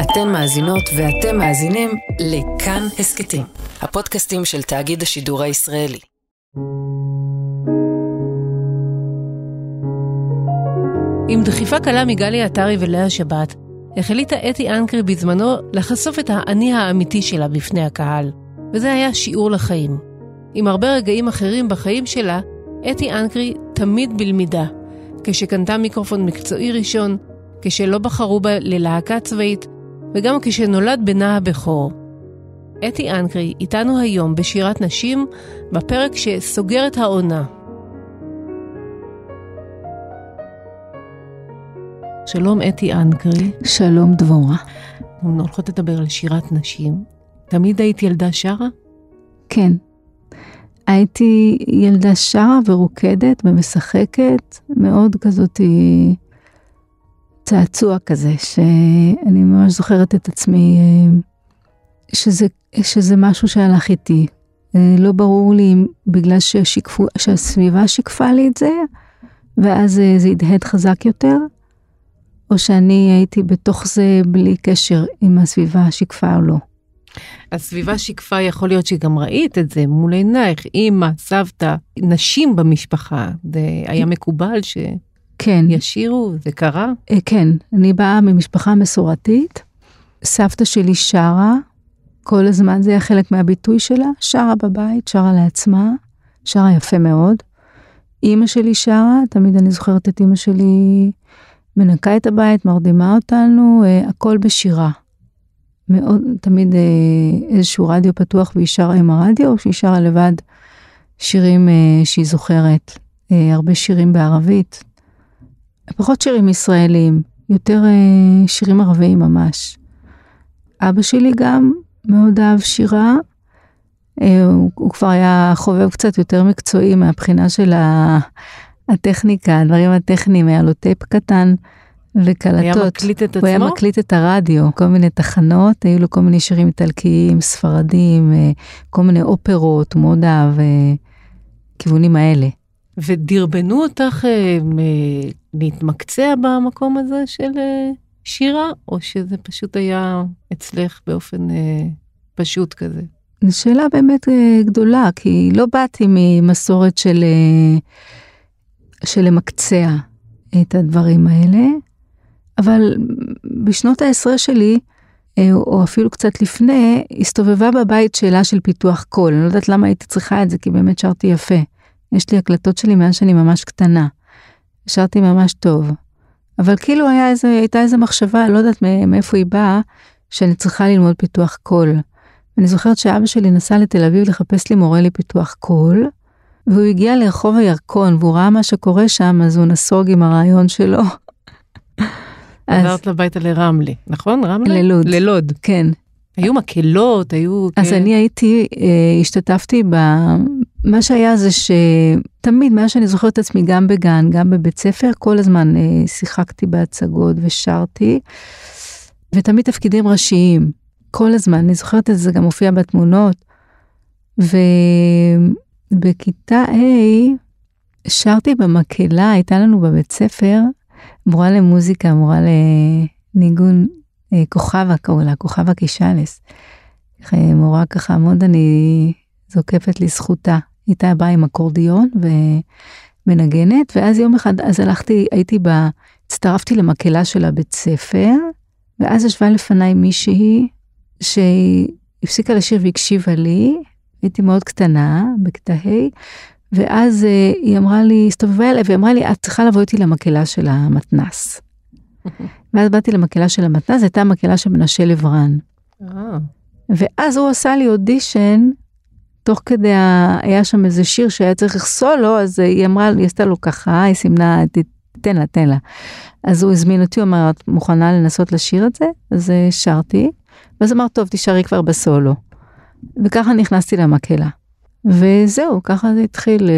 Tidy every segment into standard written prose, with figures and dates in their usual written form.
אתן מאזינות ואתם מאזינים לכאן הסקטים, הפודקאסטים של תאגיד השידור הישראלי. עם דחיפה קלה מגלי עטרי ולאה שבת, החליטה אתי אנקרי בזמנו לחשוף את האני האמיתי שלה בפני הקהל, וזה היה שיעור לחיים. עם הרבה רגעים אחרים בחיים שלה, אתי אנקרי תמיד בלמידה, כשקנתה מיקרופון מקצועי ראשון, כשלא בחרו בה ללהקה צבאית, וגם כשנולד בנה הבכור. אתי אנקרי איתנו היום בשירת נשים, בפרק שסוגר את העונה. שלום אתי אנקרי. שלום דבורה. אנחנו הולכות לדבר על שירת נשים. תמיד היית ילדה שרה? כן. הייתי ילדה שרה ורוקדת ומשחקת, מאוד כזאת צעצוע כזה, שאני ממש זוכרת את עצמי, שזה משהו שהלך איתי. לא ברור לי בגלל שהסביבה שיקפה לי את זה, ואז זה ידהד חזק יותר, או שאני הייתי בתוך זה בלי קשר עם הסביבה שיקפה או לא. הסביבה שיקפה, יכול להיות שגם ראית את זה מול עינייך, אמא, סבתא, נשים במשפחה, זה היה מקובל שישירו, זה קרה? כן, אני באה ממשפחה מסורתית, סבתא שלי שרה, כל הזמן זה היה חלק מהביטוי שלה, שרה בבית, שרה לעצמה, שרה יפה מאוד. אמא שלי שרה, תמיד אני זוכרת את אמא שלי מנקה את הבית, מרדימה אותנו, הכל בשירה. מאוד, תמיד איזשהו רדיו פתוח והיא שרה עם הרדיו, או שהיא שרה לבד שירים שהיא זוכרת, הרבה שירים בערבית, פחות שירים ישראלים, יותר שירים ערביים ממש. אבא שלי גם מאוד אהב שירה, הוא כבר היה חובב קצת יותר מקצועי מהבחינה של הטכניקה, הדברים הטכניים, היה לו טייפ קטן, וקלטות. היה מקליט את עצמו? הוא היה מקליט את הרדיו, כל מיני תחנות, היו לו כל מיני שירים איטלקיים, ספרדים, כל מיני אופרות, מודה וכיוונים האלה. ודרבנו אותך להתמקצע במקום הזה של שירה, או שזה פשוט היה אצלך באופן פשוט כזה? זו שאלה באמת גדולה, כי לא באתי ממסורת של למקצע את הדברים האלה, אבל בשנות ה-10 שלי, או אפילו קצת לפני, הסתובבה בבית שאלה של פיתוח קול. אני לא יודעת למה הייתי צריכה את זה, כי באמת שרתי יפה. יש לי הקלטות שלי מאז שאני ממש קטנה. שרתי ממש טוב. אבל כאילו הייתה איזו מחשבה, לא יודעת מאיפה היא באה, שאני צריכה ללמוד פיתוח קול. אני זוכרת שאבא שלי נסע לתל אביב לחפש לי מורה לפיתוח קול, והוא הגיע לרחוב הירקון, והוא ראה מה שקורה שם, אז הוא נסוג עם הרעיון שלו. עברת לביתה לרמלה, נכון? רמלה? ללוד. ללוד. כן. היו מקהלות, היו... אז אני השתתפתי מה שהיה זה שתמיד, מה שאני זוכרת את עצמי גם בגן, גם בבית ספר, כל הזמן שיחקתי בהצגות ושרתי, ותמיד תפקידים ראשיים, כל הזמן, אני זוכרת את זה, גם מופיע בתמונות, ובכיתה A, שרתי במקהלה, הייתה לנו בבית ספר, מורה למוזיקה, מורה לניגון, כוכבה קראו לה, כוכבה קישלס. מורה ככה, מאוד אני זוקפת לזכותה. הייתה באה עם אקורדיון ומנגנת, ואז יום אחד, אז הצטרפתי למקהלה של הבית ספר, ואז ישבה לפניי מישהי, שהיא הפסיקה לשיר והקשיבה לי, הייתי מאוד קטנה, בכיתה ה', ואז היא אמרה לי, הסתובבה אליי, והיא אמרה לי, את צריכה לבוא איתי למקהלה של המתנ"ס. ואז באתי למקהלה של המתנ"ס, הייתה המקהלה של מנשה לברן. ואז הוא עשה לי אודישן, תוך כדי, היה שם איזה שיר שהיה צריך סולו, אז היא אמרה, היא עשתה לו ככה, היא סימנה, תן לה. אז הוא הזמין אותי, הוא אמר, את מוכנה לנסות לשיר את זה? אז שרתי, ואז אמר, טוב, תשארי כבר בסולו. וככה נכנסתי למקהלה. וזהו, ככה זה התחיל,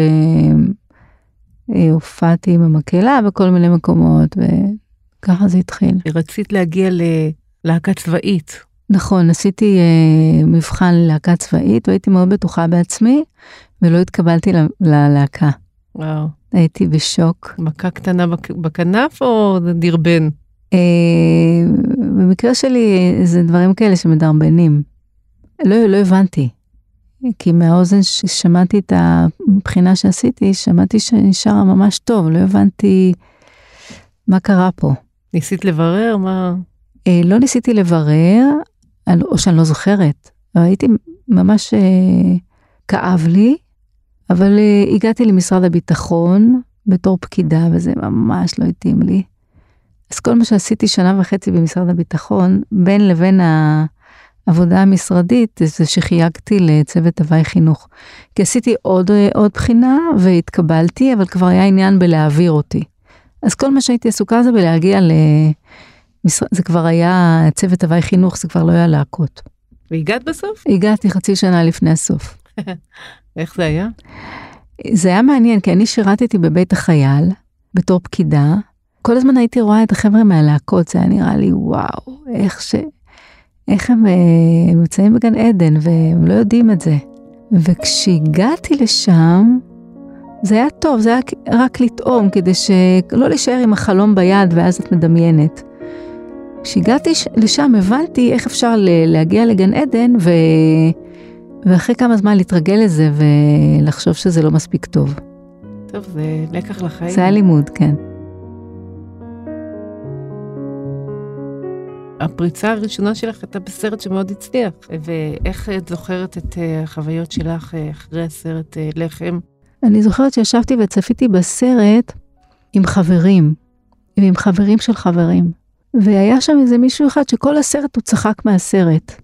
הופעתי עם המקהלה בכל מיני מקומות, וככה זה התחיל. רצית להגיע ללהקה צבאית. נכון, עשיתי מבחן ללהקה צבאית, והייתי מאוד בטוחה בעצמי, ולא התקבלתי ללהקה. וואו. הייתי בשוק. מכה קטנה בכנף או דרבן? במקרה שלי זה דברים כאלה שמדרבנים. לא הבנתי. כי מהאוזן ששמעתי את הבחינה שעשיתי, שמעתי שנשאר ממש טוב, לא הבנתי מה קרה פה. ניסית לברר? מה? לא ניסיתי לברר, או שאני לא זוכרת. הייתי ממש כאב לי, אבל הגעתי למשרד הביטחון בתור פקידה, וזה ממש לא התאים לי. אז כל מה שעשיתי 1.5 שנה במשרד הביטחון, בין לבין העבודה המשרדית, זה שחייגתי לצוות הווי חינוך. כי עשיתי עוד בחינה והתקבלתי, אבל כבר היה עניין בלהעביר אותי. אז כל מה שהייתי עסוקה זה בלהגיע זה כבר היה צוות הווי חינוך, זה כבר לא היה להקות. והגעת בסוף? הגעתי 0.5 שנה לפני הסוף. איך זה היה? זה היה מעניין, כי אני שירתתי בבית החייל, בתור פקידה, כל הזמן הייתי רואה את החבר'ה מהלהקות, זה היה נראה לי, וואו, איך הם נמצאים בגן עדן, והם לא יודעים את זה. וכשהגעתי לשם, זה היה טוב, זה היה רק לטעום, כדי שלא להישאר עם החלום ביד, ואז את מדמיינת. כשהגעתי לשם, הבנתי איך אפשר להגיע לגן עדן, ואחרי כמה זמן להתרגל לזה, ולחשוב שזה לא מספיק טוב. טוב, זה לקח לחיים. זה היה לימוד, כן. הפריצה הראשונה שלך הייתה בסרט שמאוד הצליח, ואיך את זוכרת את החוויות שלך אחרי הסרט לחם? אני זוכרת שישבתי וצפיתי בסרט עם חברים, ועם חברים של חברים, והיה שם איזה מישהו אחד שכל הסרט הוא צחק מהסרט,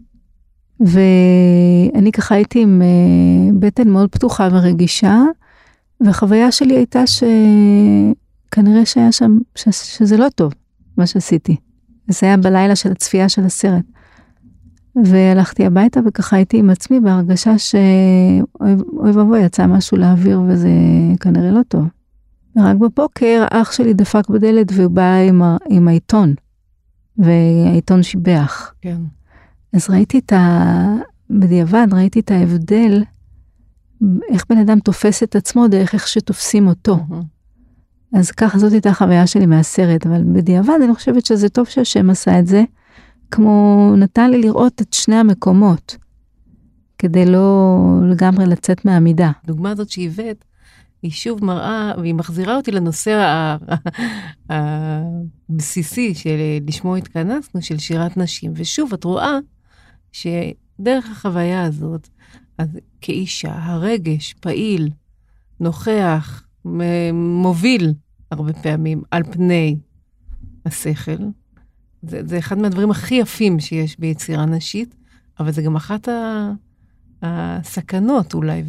ואני ככה הייתי עם בטן מאוד פתוחה ורגישה, והחוויה שלי הייתה שכנראה שהיה שם, שזה לא טוב מה שעשיתי. זה היה בלילה של הצפייה של הסרט. והלכתי הביתה וככה הייתי עם עצמי בהרגשה שאוי ובוי יצא משהו לאוויר וזה כנראה לא טוב. ורק בבוקר אח שלי דפק בדלת והוא בא עם העיתון. והעיתון שיבח. כן. אז ראיתי בדיעבד ראיתי את ההבדל, איך בן אדם תופס את עצמו דרך איך שתופסים אותו. אז ככה זאת הייתה החוויה שלי מהסרט, אבל בדיעבד אני חושבת שזה טוב שהשם עשה את זה, כמו נתן לי לראות את שני המקומות, כדי לא לגמרי לצאת מהעמידה. הדוגמה הזאת שהבאת, היא שוב מראה, והיא מחזירה אותי לנושא הבסיסי שלשמו התכנסנו, של שירת נשים. ושוב, את רואה שדרך החוויה הזאת, אז כאישה, הרגש, פעיל, נוכח, מוביל הרבה פעמים על פני השכל. זה אחד מהדברים הכי יפים שיש ביצירה נשית, אבל זה גם אחת הסכנות אולי,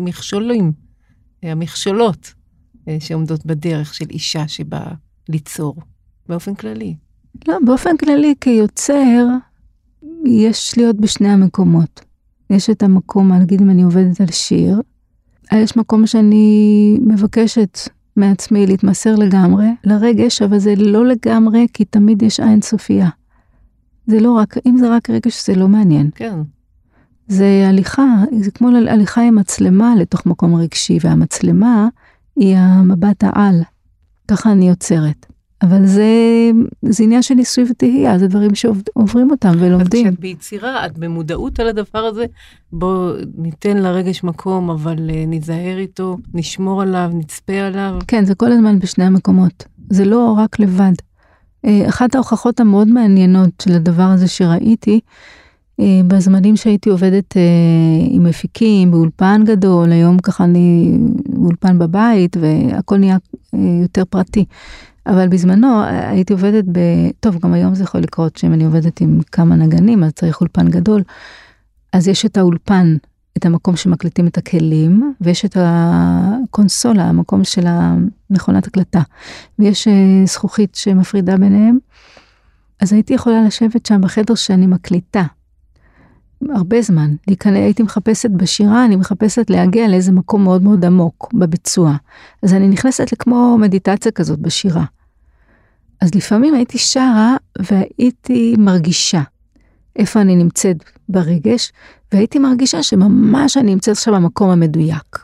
המכשולות שעומדות בדרך של אישה שבאה ליצור, באופן כללי. לא, באופן כללי כיוצר, יש להיות בשני המקומות. יש את המקום, נגיד אם אני עובדת על שיר, יש מקום שאני מבקשת מעצמי להתמסר לגמרי, לרגש, אבל זה לא לגמרי, כי תמיד יש עין סופיה. זה לא רק, אם זה רק רגש, זה לא מעניין. כן. זה הליכה, זה כמו הליכה עם מצלמה לתוך מקום רגשי, והמצלמה היא המבט העל. ככה אני יוצרת. אבל זה עניין של ניסוי ותהייה, זה דברים שעוברים אותם ולומדים. אז כשאת ביצירה, את במודעות על הדבר הזה, בוא ניתן לרגש מקום, אבל נזהר איתו, נשמור עליו, נצפה עליו. כן, זה כל הזמן בשני המקומות. זה לא רק לבד. אחת ההוכחות המאוד מעניינות של הדבר הזה שראיתי, בזמנים שהייתי עובדת עם מפיקים, באולפן גדול, היום ככה אני באולפן בבית, והכל נהיה יותר פרטי. אבל בזמנו הייתי עובדת טוב, גם היום זה יכול לקרות שאם אני עובדת עם כמה נגנים, אז צריך אולפן גדול. אז יש את האולפן, את המקום שמקליטים את הכלים, ויש את הקונסולה, המקום של מכונת הקלטה. ויש זכוכית שמפרידה ביניהם. אז הייתי יכולה לשבת שם בחדר שאני מקליטה. הרבה זמן. הייתי מחפשת בשירה, אני מחפשת להגיע לאיזה מקום מאוד מאוד עמוק בביצוע. אז אני נכנסת לכמו מדיטציה כזאת בשירה. אז לפעמים הייתי שרה והייתי מרגישה איפה אני נמצאת ברגש, והייתי מרגישה שממש אני נמצאת עכשיו במקום המדויק.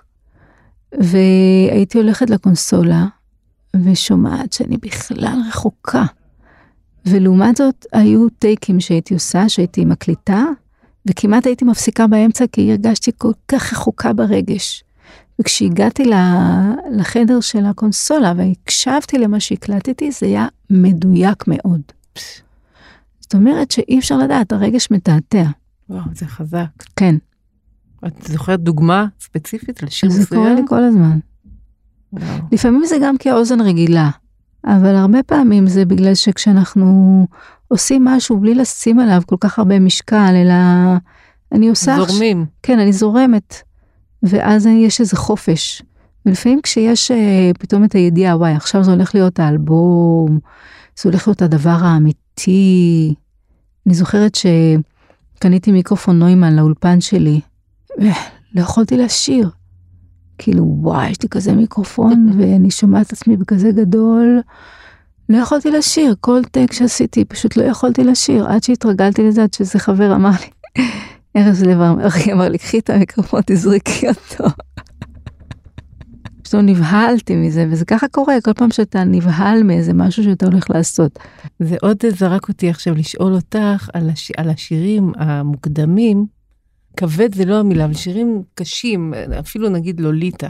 והייתי הולכת לקונסולה ושומעת שאני בכלל רחוקה. ולעומת זאת, היו טייקים שהייתי עושה, שהייתי מקליטה, וכמעט הייתי מפסיקה באמצע, כי הרגשתי כל כך רחוקה ברגש. וכשהגעתי לחדר של הקונסולה, והקשבתי למה שהקלטתי, זה היה מדויק מאוד. זאת אומרת שאי אפשר לדעת, הרגש מתעתע. וואו, זה חזק. כן. את זוכרת דוגמה ספציפית לשיר מסוים? זה קורה לי כל הזמן. וואו. לפעמים זה גם כאוזן רגילה, אבל הרבה פעמים זה בגלל שכשאנחנו עושים משהו בלי לשים עליו כל כך הרבה משקל, אלא אני עושה... זורמים. כן, אני זורמת, ואז יש איזה חופש. ולפעמים כשיש פתאום את הידיעה, וואי, עכשיו זה הולך להיות האלבום, זה הולך להיות הדבר האמיתי. אני זוכרת שקניתי מיקרופון נוימן לאולפן שלי, לא יכולתי לשיר. כאילו, וואי, יש לי כזה מיקרופון, ואני שומעת את עצמי בכזה גדול, לא יכולתי לשיר, כל טק שעשיתי, פשוט לא יכולתי לשיר, עד שהתרגלתי לזה, עד שזה חבר אמר לי, ארז לב אמר לי, קחי את המיקרופון, תזריקי אותו. פשוט נבהלתי מזה, וזה ככה קורה, כל פעם שאתה נבהל מאיזה משהו שאתה הולך לעשות. זה עוד זרק אותי עכשיו לשאול אותך על השירים המוקדמים, כבד זה לא המילה, אבל שירים קשים, אפילו נגיד לוליטה.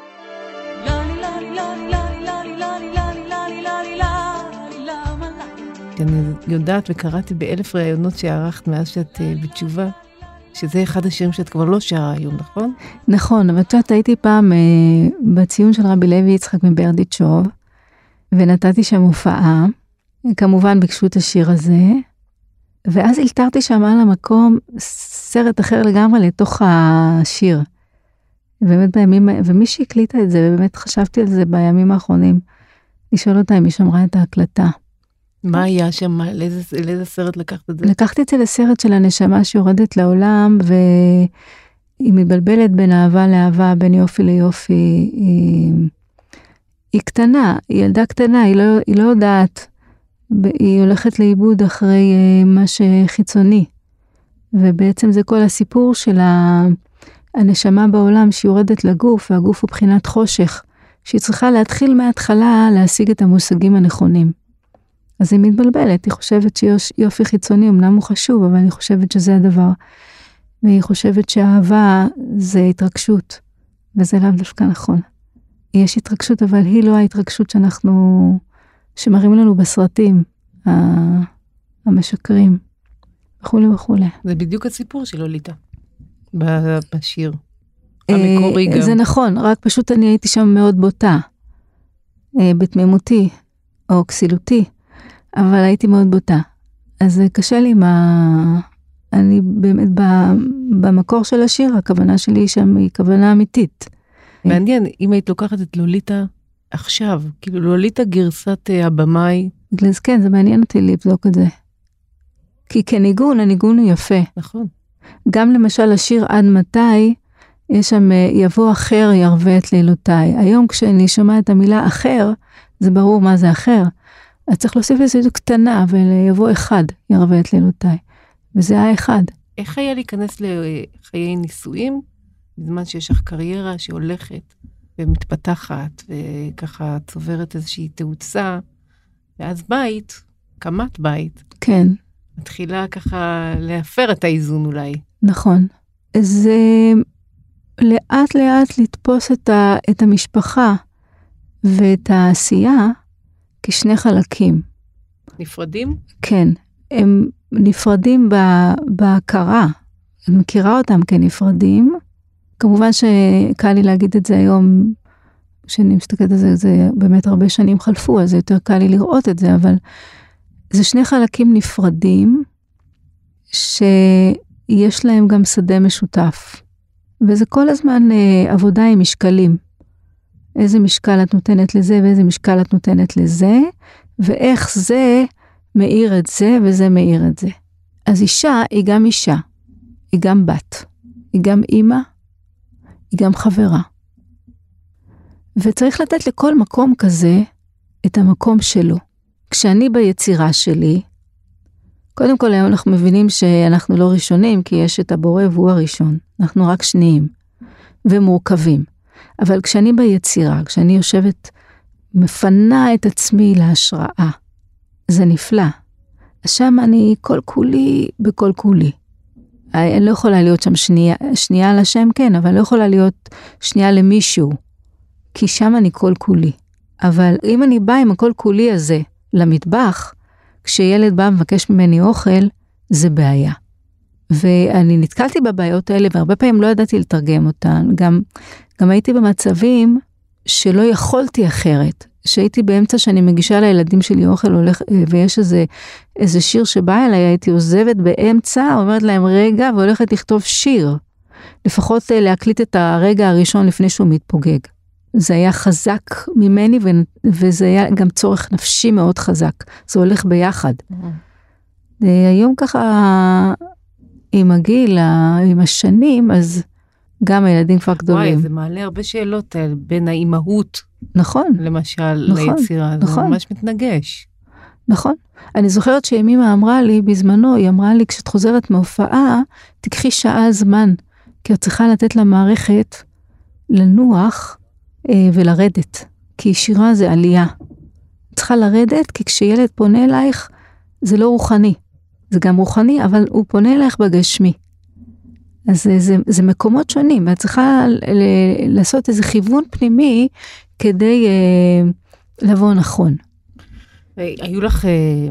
אני יודעת וקראתי ב1000 ראיונות שערכת מאז שאת בתשובה, שזה אחד השירים שאת כבר לא שרה היום, נכון? נכון, אבל את הייתי פעם בציון של רבי לוי יצחק מברדיצ'וב, ונתתי שם הופעה, כמובן ביקשו את השיר הזה, ואז אלתרתי שם על המקום סרט אחר לגמרי לתוך השיר. באמת בימים, ומי שהקליטה את זה, באמת חשבתי על זה בימים האחרונים, לשאול אותה אם היא שמרה את ההקלטה. מה היה שם? לאיזה סרט לקחת את זה? לקחתי את זה לסרט של הנשמה שיורדת לעולם, והיא מתבלבלת בין אהבה לאהבה, בין יופי ליופי. היא קטנה, היא ילדה קטנה, היא לא יודעת. היא הולכת לאיבוד אחרי מה שחיצוני. ובעצם זה כל הסיפור של הנשמה בעולם שיורדת לגוף, והגוף הוא בחינת חושך, שהיא צריכה להתחיל מההתחלה להשיג את המושגים הנכונים. אז היא מתבלבלת, היא חושבת שיופי חיצוני אמנם הוא חשוב, אבל אני חושבת שזה הדבר. והיא חושבת שהאהבה זה התרגשות, וזה לאו דווקא נכון. יש התרגשות, אבל היא לא ההתרגשות שמראים לנו בסרטים, המשקרים, וכו' וכו'. זה בדיוק הסיפור של לוליטה, בשיר. המקורי גם. זה נכון, רק פשוט אני הייתי שם מאוד בוטה, בתמימותי, או כסילותי, אבל הייתי מאוד בוטה. אז קשה לי אני באמת במקור של השיר, הכוונה שלי שם היא כוונה אמיתית. מעניין, אם היית לוקחת את לוליטה עכשיו, כאילו לוליטה גרסת הבמאי. בגלל זה כן, זה מעניין אותי לבדוק את זה. כי כניגון, הניגון הוא יפה. נכון. גם למשל השיר עד מתי, יש שם יבוא אחר ירווה את לילותיי. היום כשאני שומע את המילה אחר, זה ברור מה זה אחר. אז צריך להוסיף לזה קטנה, ויבוא אחד ירווה את לילותיי. וזה היה אחד. איך היה להיכנס לחיי נישואים, בזמן שיש לך קריירה שהולכת ומתפתחת, וככה צוברת איזושהי תאוצה, ואז בית, קמת בית. כן. מתחילה ככה להפר את האיזון אולי. נכון. זה לאט לאט לתפוס את המשפחה ואת העשייה כשני חלקים. נפרדים? כן. הם נפרדים בהכרה. אני מכירה אותם כנפרדים. כמובן שקל לי להגיד את זה היום, כשאני מסתכלת על זה, זה באמת הרבה שנים חלפו, אז זה יותר קל לי לראות את זה, אבל זה שני חלקים נפרדים, שיש להם גם שדה משותף. וזה כל הזמן עבודה עם משקלים. איזה משקל את נותנת לזה, ואיזה משקל את נותנת לזה, ואיך זה מאיר את זה, וזה מאיר את זה. אז אישה היא גם אישה, היא גם בת, היא גם אימא, היא גם חברה. וצריך לתת לכל מקום כזה את המקום שלו. כשאני ביצירה שלי, קודם כל היום אנחנו מבינים שאנחנו לא ראשונים, כי יש את הבורא והוא הראשון. אנחנו רק שניים ומורכבים. אבל כשאני ביצירה, כשאני יושבת, מפנה את עצמי להשראה, זה נפלא. שם אני כל כולי בכל כולי. אני לא יכולה להיות שם שנייה על השם, כן, אבל לא יכולה להיות שנייה למישהו, כי שם אני כל כולי. אבל אם אני באה עם הכל כולי הזה למטבח, כשילד בא ומבקש ממני אוכל, זה בעיה. ואני נתקלתי בבעיות האלה, והרבה פעמים לא ידעתי לתרגם אותן. גם הייתי במצבים שלא יכולתי אחרת. שהייתי באמצע שאני מגישה לילדים שלי אוכל, ויש איזה שיר שבא אליי, הייתי עוזבת באמצע, אומרת להם רגע, והולכת לכתוב שיר. לפחות להקליט את הרגע הראשון לפני שהוא מתפוגג. זה היה חזק ממני, וזה היה גם צורך נפשי מאוד חזק. זה הולך ביחד. היום ככה, עם הגיל, עם השנים, אז גם הילדים כבר גדולים. וואי, זה מעלה הרבה שאלות בין האימהות. נכון. למשל, נכון, ליצירה. נכון. זה ממש מתנגש. נכון. אני זוכרת שאמימה אמרה לי בזמנו, היא אמרה לי, כשאת חוזרת מהופעה, תקחי שעה זמן, כי את צריכה לתת למערכת לנוח ולרדת. כי שירה זה עלייה. צריכה לרדת, כי כשילד פונה אלייך, זה לא רוחני. זה גם רוחני, אבל הוא פונה אלייך בגשמי. אז זה מקומות שונים, ואת צריכה לעשות איזה כיוון פנימי, כדי לבוא נכון. היו לך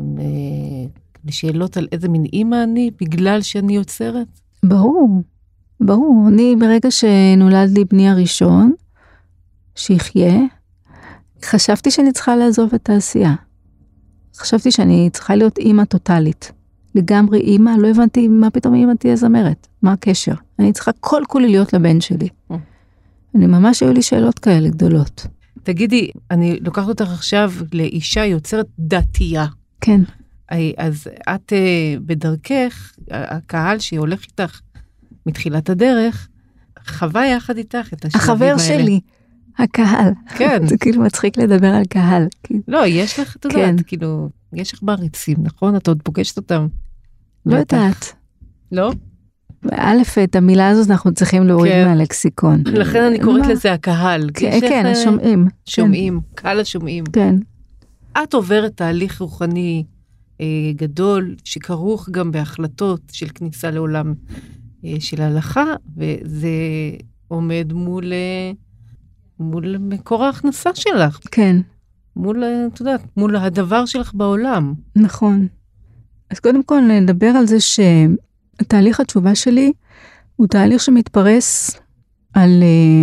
שאלות על איזה מין אימא אני, בגלל שאני יוצרת? ברור, ברור. אני ברגע שנולד לי בני הראשון, שיחיה, חשבתי שאני צריכה לעזוב את העשייה. חשבתי שאני צריכה להיות אימא טוטלית. לגמרי אימא, לא הבנתי מה פתאום אימא תהיה זמרת. מה הקשר? אני צריכה כל כולי להיות לבן שלי. אני ממש היו לי שאלות כאלה גדולות. תגידי, אני לוקחת אותך עכשיו לאישה יוצרת דתייה. כן. אז את בדרכך, הקהל שהולך איתך מתחילת הדרך, חווה יחד איתך את השלבים האלה. החבר שלי, הקהל. כן. זה כאילו מצחיק לדבר על קהל. לא, יש לך, את יודעת, כאילו, יש לך מעריצים, נכון? את עוד פוגשת אותם. לא יודעת. לא? א', את המילה הזאת אנחנו צריכים להוריד מהלקסיקון. לכן אני קוראת לזה הקהל. כן, השומעים. שומעים, קהל השומעים. כן. את עוברת תהליך רוחני גדול, שכרוך גם בהחלטות של כניסה לעולם של ההלכה, וזה עומד מול מקור ההכנסה שלך. כן. את יודעת, מול הדבר שלך בעולם. נכון. אז קודם כל נדבר על זה תהליך התשובה שלי הוא תהליך שמתפרס על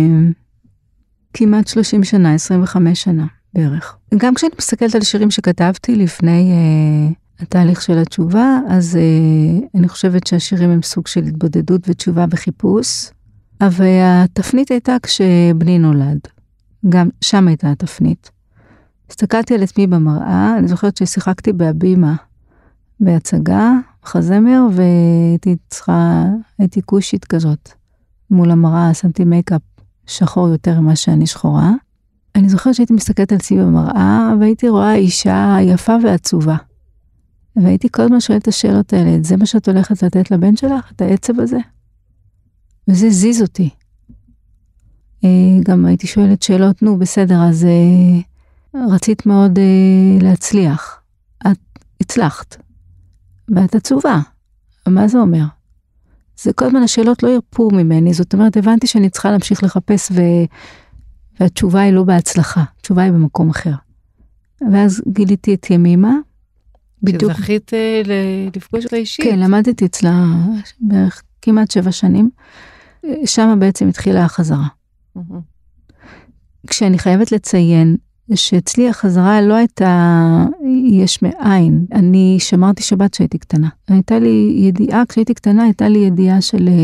כמעט 30 שנה, 25 שנה בערך. גם כשאני מסתכלת על שירים שכתבתי לפני התהליך של התשובה, אז אני חושבת שהשירים הם סוג של התבודדות ותשובה בחיפוש, אבל התפנית הייתה כשבני נולד. גם שם הייתה התפנית. הסתכלתי על עצמי במראה, אני זוכרת ששיחקתי בהבימה בהצגה, חזמר, הייתי קושית כזאת. מול המראה שמתי מייקאפ שחור יותר ממה שאני שחורה. אני זוכרת שהייתי מסתכלת על עצמי במראה, והייתי רואה אישה יפה ועצובה. והייתי כל הזמן שואלת את השאלות האלה, זה מה שאת הולכת לתת לבן שלך? את העצב הזה? וזה זיז אותי. גם הייתי שואלת שאלות, בסדר, אז רצית מאוד להצליח. את הצלחת. ואת עצובה. מה זה אומר? זה כל הזמן השאלות לא ירפו ממני, זאת אומרת, הבנתי שאני צריכה להמשיך לחפש, והתשובה היא לא בהצלחה, התשובה היא במקום אחר. ואז גיליתי את ימימה, בדיוק. שזכית לפגוש אותה אישית. כן, למדתי אצלה בערך כמעט 7 שנים, שם בעצם התחילה החזרה. כשאני חייבת לציין, שאצלי החזרה לא הייתה יש מאין. אני שמרתי שבת שהייתי קטנה. הייתה לי ידיעה, כשהייתי קטנה, הייתה לי ידיעה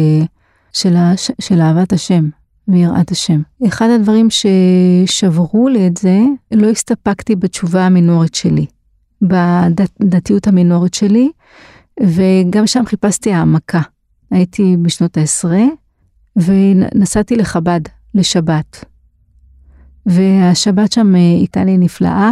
של אהבת השם ויראת השם. אחד הדברים ששברו לי את זה, לא הסתפקתי בתשובה המינורית שלי, בדתיות המינורית שלי, וגם שם חיפשתי העמקה. הייתי בשנות ה-10, ונסעתי לחב"ד, לשבת. והשבת שם הייתה לי נפלאה,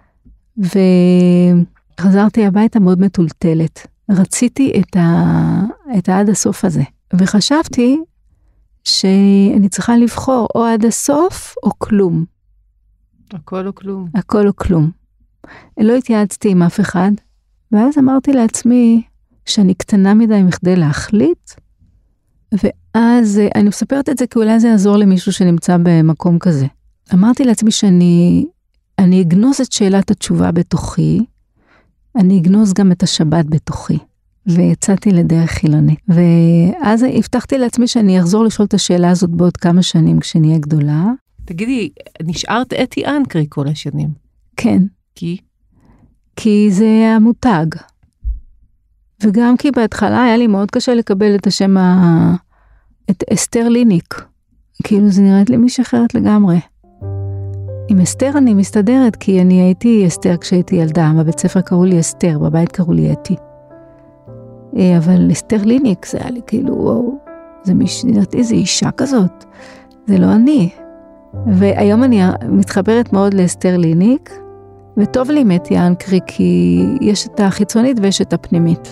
וחזרתי הביתה מאוד מטולטלת. רציתי את עד הסוף הזה. וחשבתי שאני צריכה לבחור או עד הסוף או כלום. הכל או כלום. הכל או כלום. לא התייעצתי עם אף אחד, ואז אמרתי לעצמי שאני קטנה מדי מכדי להחליט, ואז אני מספרת את זה כי אולי זה יעזור למישהו שנמצא במקום כזה. אמרתי לעצמי שאני אגנוז את שאלת התשובה בתוכי, אני אגנוז גם את השבת בתוכי, ויצאתי לדרך חילונית. ואז הבטחתי לעצמי שאני אחזור לשאול את השאלה הזאת בעוד כמה שנים כשנהיה גדולה. תגידי, נשארת אתי אנקרי כל השנים? כן. כי? כי זה המותג. וגם כי בהתחלה היה לי מאוד קשה לקבל את השם, את אסתר ליניק. כאילו זה נראית לי מישהי אחרת לגמרי. עם אסתר אני מסתדרת, כי אני הייתי אסתר כשהייתי ילדה, בבית ספר קראו לי אסתר, בבית קראו לי אתי. אבל אסתר ליניק זה היה לי כאילו, וואו, זה נראיתי איזו אישה כזאת, זה לא אני. והיום אני מתחברת מאוד לאסתר ליניק, וטוב לי עם אתי אנקרי, כי יש את החיצונית ויש את הפנימית.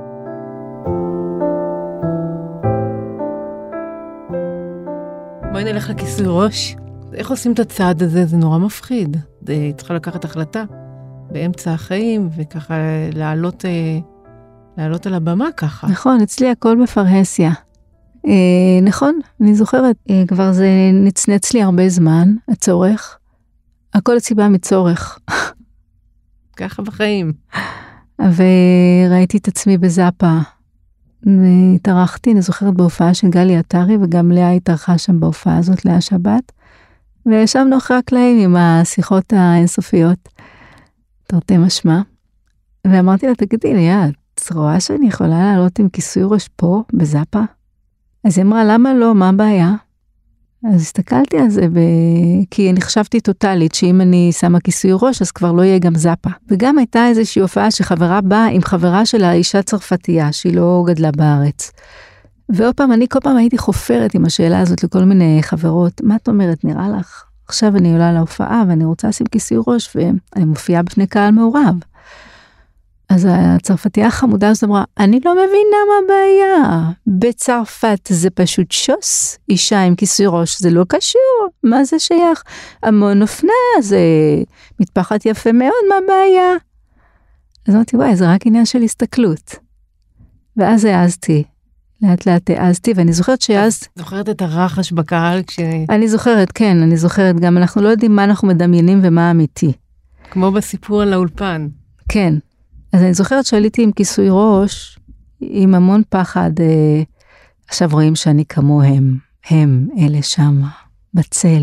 בואי נלך לכיסוי ראש. איך עושים את הצעד הזה? זה נורא מפחיד. צריכה לקחת החלטה באמצע החיים, וככה לעלות על הבמה ככה. נכון, אצלי הכל בפרהסיה. נכון, אני זוכרת, כבר זה נצנץ לי הרבה זמן, הצורך. הכל הסיבה מצורך. ככה בחיים. וראיתי את עצמי בזאפה. והתארחתי, אני זוכרת בהופעה של גלי עטרי, וגם לאה התארחה שם בהופעה הזאת, לאה שבת. וישבנו אחרי הקלעים עם השיחות האינסופיות, תרתי משמע. ואמרתי לה, תגידי לי, את רואה שאני יכולה לעלות עם כיסוי ראש פה, בזאפה? אז היא אמרה, למה לא? מה הבעיה? אז הסתכלתי על זה, כי אני חשבתי טוטלית, שאם אני שמה כיסוי ראש, אז כבר לא יהיה גם זאפה. וגם הייתה איזושהי הופעה שחברה באה עם חברה של האישה צרפתייה, שהיא לא גדלה בארץ. ועוד פעם, אני כל פעם הייתי חופרת עם השאלה הזאת לכל מיני חברות. מה את אומרת, נראה לך? עכשיו אני עולה להופעה, ואני רוצה לשים כיסוי ראש, ואני מופיעה בפני קהל מעורב. אז הצרפתייה החמודה הזאת אמרה, אני לא מבינה מה הבעיה. בצרפת זה פשוט שוס, אישה עם כיסוי ראש, זה לא קשור. מה זה שייך? המון אופנה, זה מטפחת יפה מאוד, מה הבעיה? אז אמרתי, וואי, זה רק עניין של הסתכלות. ואז העזתי, לאט לאט העזתי, ואני זוכרת שהעזתי. זוכרת את הרחש בקהל אני זוכרת, כן, אני זוכרת. גם אנחנו לא יודעים מה אנחנו מדמיינים ומה אמיתי. כמו בסיפור על האולפן. כן. אז אני זוכרת שעליתי עם כיסוי ראש, עם המון פחד, עכשיו רואים שאני כמוהם, הם אלה שם, בצל.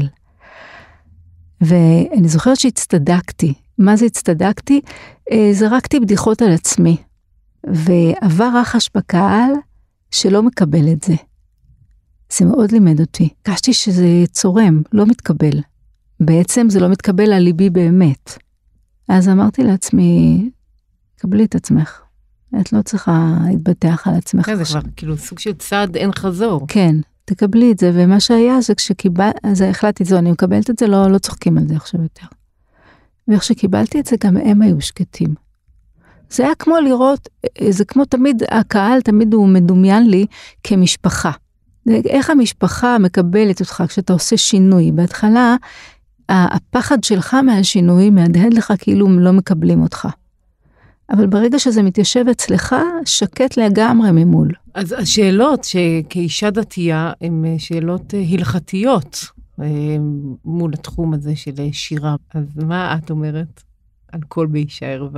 ואני זוכרת שהצטדקתי. מה זה הצטדקתי? זרקתי בדיחות על עצמי. ועבר רחש בקהל שלא מקבל את זה. זה מאוד לימד אותי. קשתי שזה צורם, לא מתקבל. בעצם זה לא מתקבל על ליבי באמת. אז אמרתי לעצמי, קבלי את עצמך. את לא צריכה להתבטח על עצמך. כן, זה כבר כאילו סוג של צעד אין חזור. כן, תקבלי את זה, ומה שהיה זה אז החלטתי את זה, אני מקבלת את זה, לא צוחקים על זה עכשיו יותר. ואיך שקיבלתי את זה, גם הם היו שקטים. זה היה כמו לראות, זה כמו תמיד, הקהל תמיד הוא מדומיין לי כמשפחה. איך המשפחה מקבלת אותך כשאתה עושה שינוי? בהתחלה, הפחד שלך מהשינוי מהדהד לך כאילו הם לא מקבלים אותך. אבל ברגע שזה מתיישב אצלך, שקט לגמרי ממול. אז השאלות שכאישה דתייה, הן שאלות הלכתיות מול התחום הזה של שירה. אז מה את אומרת על כל באישה ערווה?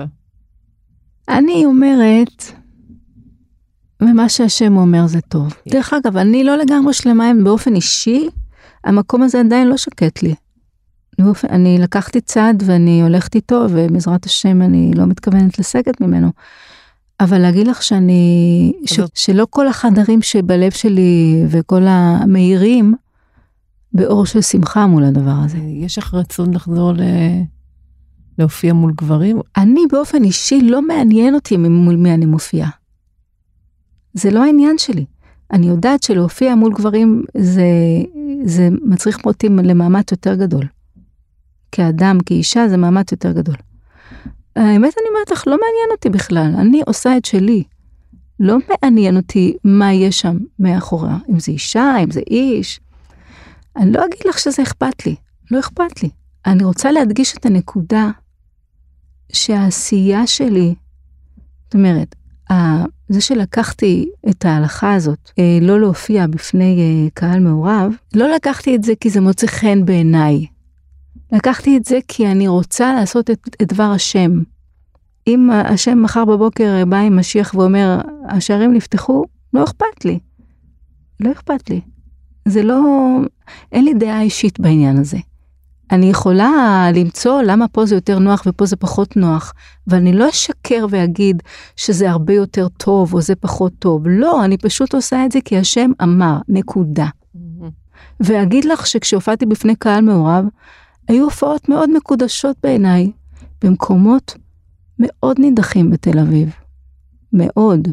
אני אומרת, ומה שהשם אומר זה טוב. דרך אגב, אני לא לגמרי שלמה עם באופן אישי, המקום הזה עדיין לא שקט לי. אני לקחתי צעד ואני הולכת איתו, ובעזרת השם אני לא מתכוונת לסגת ממנו. אבל להגיד לך שלא כל החדרים שבלב שלי וכל המאירים, באור של שמחה מול הדבר הזה. יש לך רצון לחזור להופיע מול גברים? אני באופן אישי לא מעניין אותי מול מי אני מופיעה. זה לא העניין שלי. אני יודעת שלהופיע מול גברים זה מצריך פרוטים למאמץ יותר גדול. כאדם, כאישה, זה מאמץ יותר גדול. האמת אני אומרת לך, לא מעניין אותי בכלל. אני עושה את שלי. לא מעניין אותי מה יש שם מאחורה. אם זה אישה, אם זה איש. אני לא אגיד לך שזה אכפת לי. לא אכפת לי. אני רוצה להדגיש את הנקודה שהעשייה שלי זאת אומרת, זה שלקחתי את ההלכה הזאת, לא להופיע בפני קהל מעורב, לא לקחתי את זה כי זה מוצא חן בעיניי. לקחתי את זה כי אני רוצה לעשות את דבר השם. אם השם מחר בבוקר בא עם משיח ואומר, השערים נפתחו, לא אכפת לי. לא אכפת לי. זה לא, אין לי דעה אישית בעניין הזה. אני יכולה למצוא למה פה זה יותר נוח ופה זה פחות נוח, ואני לא אשקר ואגיד שזה הרבה יותר טוב או זה פחות טוב. לא, אני פשוט עושה את זה כי השם אמר, נקודה. ואגיד לך שכשהופעתי בפני קהל מעורב, היו הופעות מאוד מקודשות בעיניי, במקומות מאוד נידחים בתל אביב. מאוד.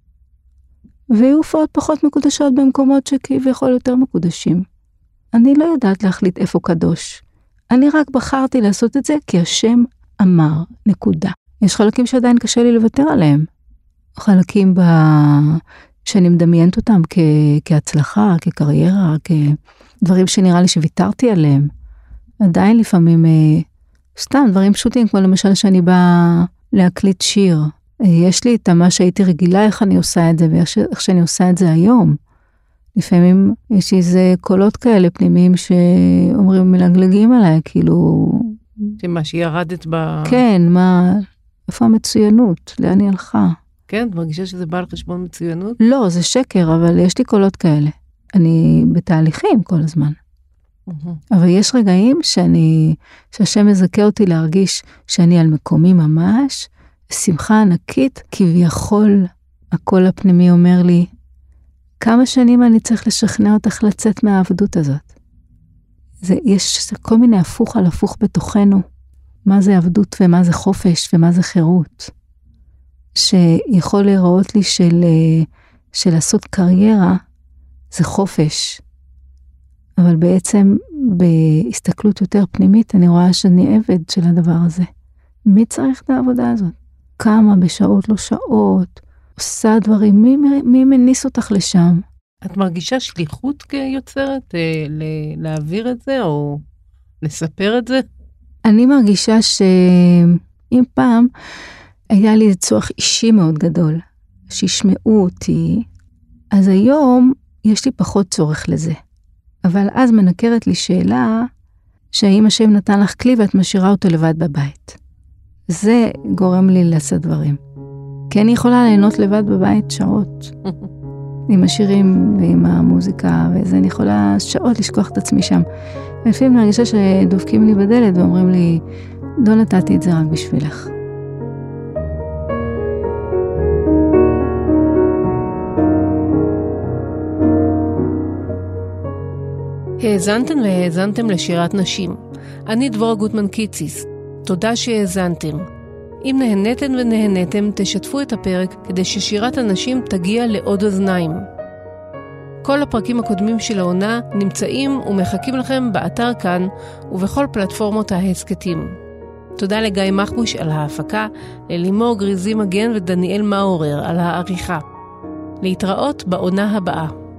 והיו הופעות פחות מקודשות במקומות שכביכול יותר מקודשים. אני לא יודעת להחליט איפה קדוש. אני רק בחרתי לעשות את זה כי השם אמר, נקודה. יש חלקים שעדיין קשה לי לוותר עליהם. חלקים שאני מדמיינת אותם כהצלחה, כקריירה, כדברים שנראה לי שוויתרתי עליהם. עדיין לפעמים, סתם דברים פשוטים, כמו למשל שאני באה להקליט שיר. יש לי את מה שהייתי רגילה, איך אני עושה את זה, ואיך שאני עושה את זה היום. לפעמים יש איזה קולות כאלה פנימיים שאומרים מלגלגים עליי, כאילו... שמה שירדת ב... כן, איפה המצוינות? לאן היא הלכה? כן, את מרגישה שזה בא על חשבון מצוינות? לא, זה שקר, אבל יש לי קולות כאלה. אני בתהליכים כל הזמן. אבל יש רגעים שהשם מזכה אותי להרגיש שאני על מקומי ממש, שמחה ענקית, כביכול הקול הפנימי אומר לי, כמה שנים אני צריך לשכנע אותך לצאת מהעבדות הזאת. יש כל מיני הפוך על הפוך בתוכנו, מה זה עבדות ומה זה חופש ומה זה חירות, שיכול להיראות לי של לעשות קריירה, זה חופש, אבל בעצם בהסתכלות יותר פנימית, אני רואה שאני עבד של הדבר הזה. מי צריך את העבודה הזאת? כמה בשעות לא שעות, עושה דברים, מי מניס אותך לשם? את מרגישה שליחות כיוצרת להעביר את זה או לספר את זה? אני מרגישה שאם פעם היה לי צורך אישי מאוד גדול, שישמעו אותי, אז היום יש לי פחות צורך לזה. אבל אז מנקרת לי שאלה, שהאם השם נתן לך כלי ואת משאירה אותו לבד בבית. זה גורם לי לעשות דברים. כי אני יכולה ליהנות לבד בבית שעות. עם השירים ועם המוזיקה, וזה אני יכולה שעות לשכוח את עצמי שם. ולפעמים אני מרגישה שדופקים לי בדלת ואומרים לי, לא נתתי את זה רק בשבילך. האזנתן והאזנתם לשירת נשים. אני דבורה גוטמן קיציס. תודה שהאזנתם. אם נהנתם ונהנתם, תשתפו את הפרק כדי ששירת הנשים תגיע לעוד אוזניים. כל הפרקים הקודמים של העונה נמצאים ומחכים לכם באתר כאן ובכל פלטפורמות ההסקטים. תודה לגיא מחבוש על ההפקה, ללימור גריזי מגן ודניאל מאורר על העריכה. להתראות בעונה הבאה.